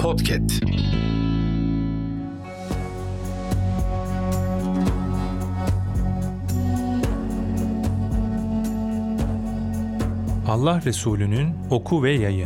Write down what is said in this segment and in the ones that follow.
Podcast. Allah Resulü'nün oku ve yayı.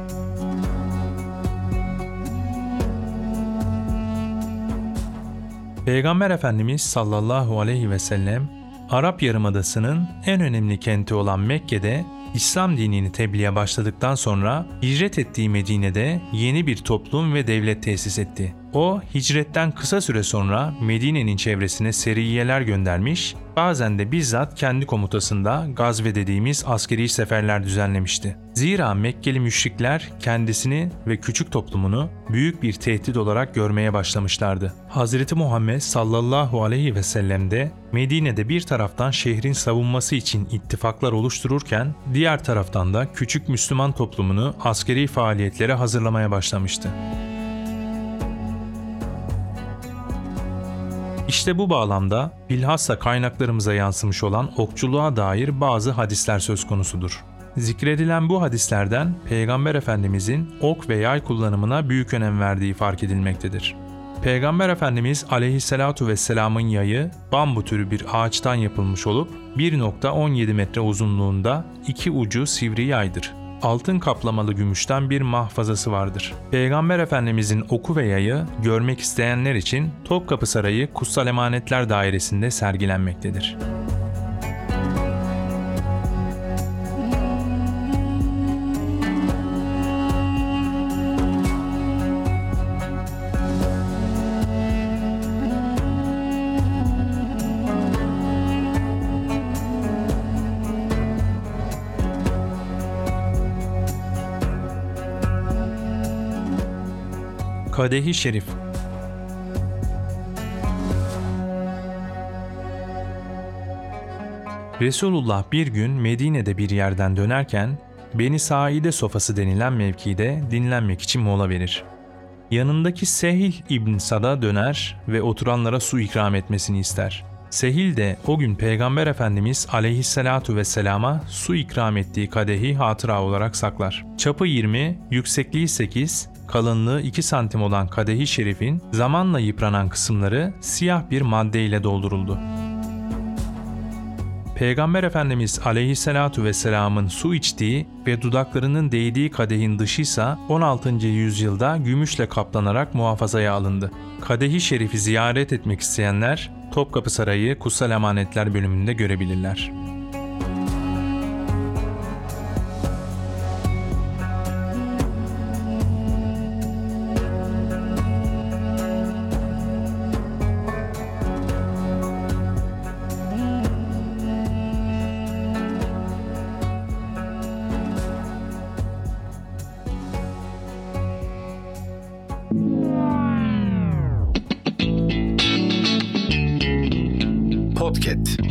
Peygamber Efendimiz sallallahu aleyhi ve sellem, Arap Yarımadası'nın en önemli kenti olan Mekke'de İslam dinini tebliğe başladıktan sonra hicret ettiği Medine'de yeni bir toplum ve devlet tesis etti. O, hicretten kısa süre sonra Medine'nin çevresine seriyeler göndermiş, bazen de bizzat kendi komutasında gazve dediğimiz askeri seferler düzenlemişti. Zira Mekkeli müşrikler kendisini ve küçük toplumunu büyük bir tehdit olarak görmeye başlamışlardı. Hz. Muhammed sallallahu aleyhi ve sellem de Medine'de bir taraftan şehrin savunması için ittifaklar oluştururken, diğer taraftan da küçük Müslüman toplumunu askeri faaliyetlere hazırlamaya başlamıştı. İşte bu bağlamda bilhassa kaynaklarımıza yansımış olan okçuluğa dair bazı hadisler söz konusudur. Zikredilen bu hadislerden Peygamber Efendimizin ok ve yay kullanımına büyük önem verdiği fark edilmektedir. Peygamber Efendimiz aleyhissalatu vesselamın yayı bambu türü bir ağaçtan yapılmış olup 1.17 metre uzunluğunda iki ucu sivri yaydır. Altın kaplamalı gümüşten bir mahfazası vardır. Peygamber Efendimizin oku ve yayı görmek isteyenler için Topkapı Sarayı Kutsal Emanetler Dairesi'nde sergilenmektedir. Kadeh-i Şerif. Resulullah bir gün Medine'de bir yerden dönerken Beni Saide sofası denilen mevkide dinlenmek için mola verir. Yanındaki Sehil İbn Sad'a döner ve oturanlara su ikram etmesini ister. Sehil de o gün Peygamber Efendimiz aleyhissalatu vesselama su ikram ettiği kadehi hatıra olarak saklar. Çapı 20, yüksekliği 8, kalınlığı 2 santim olan kadeh-i şerifin zamanla yıpranan kısımları siyah bir maddeyle dolduruldu. Peygamber Efendimiz aleyhissalatu vesselamın su içtiği ve dudaklarının değdiği kadehin dışıysa 16. yüzyılda gümüşle kaplanarak muhafazaya alındı. Kadeh-i şerifi ziyaret etmek isteyenler Topkapı Sarayı Kutsal Emanetler bölümünde görebilirler. Podcast.